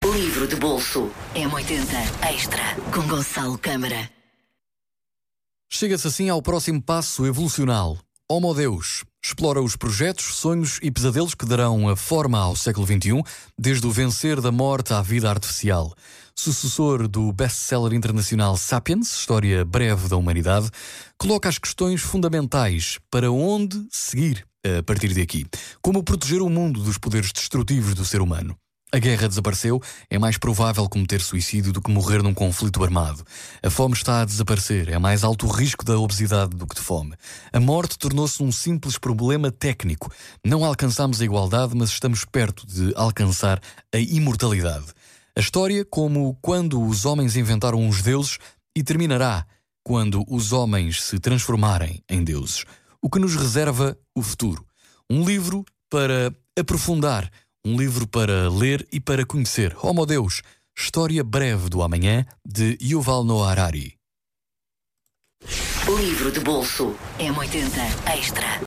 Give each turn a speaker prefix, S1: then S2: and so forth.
S1: Livro de bolso M80 Extra com Gonçalo Câmara.
S2: Chega-se assim ao próximo passo evolucional. Homo Deus explora os projetos, sonhos e pesadelos que darão a forma ao século XXI, desde o vencer da morte à vida artificial. Sucessor do best-seller internacional Sapiens, História Breve da Humanidade, coloca as questões fundamentais para onde seguir a partir de aqui. Como proteger o mundo dos poderes destrutivos do ser humano. A guerra desapareceu, é mais provável cometer suicídio do que morrer num conflito armado. A fome está a desaparecer, é mais alto o risco da obesidade do que de fome. A morte tornou-se um simples problema técnico. Não alcançamos a igualdade, mas estamos perto de alcançar a imortalidade. A história como quando os homens inventaram os deuses e terminará quando os homens se transformarem em deuses. O que nos reserva o futuro. Um livro para aprofundar, um livro para ler e para conhecer. Homo Deus, História Breve do Amanhã, de Yuval Noah Harari.
S1: Livro de bolso M80 Extra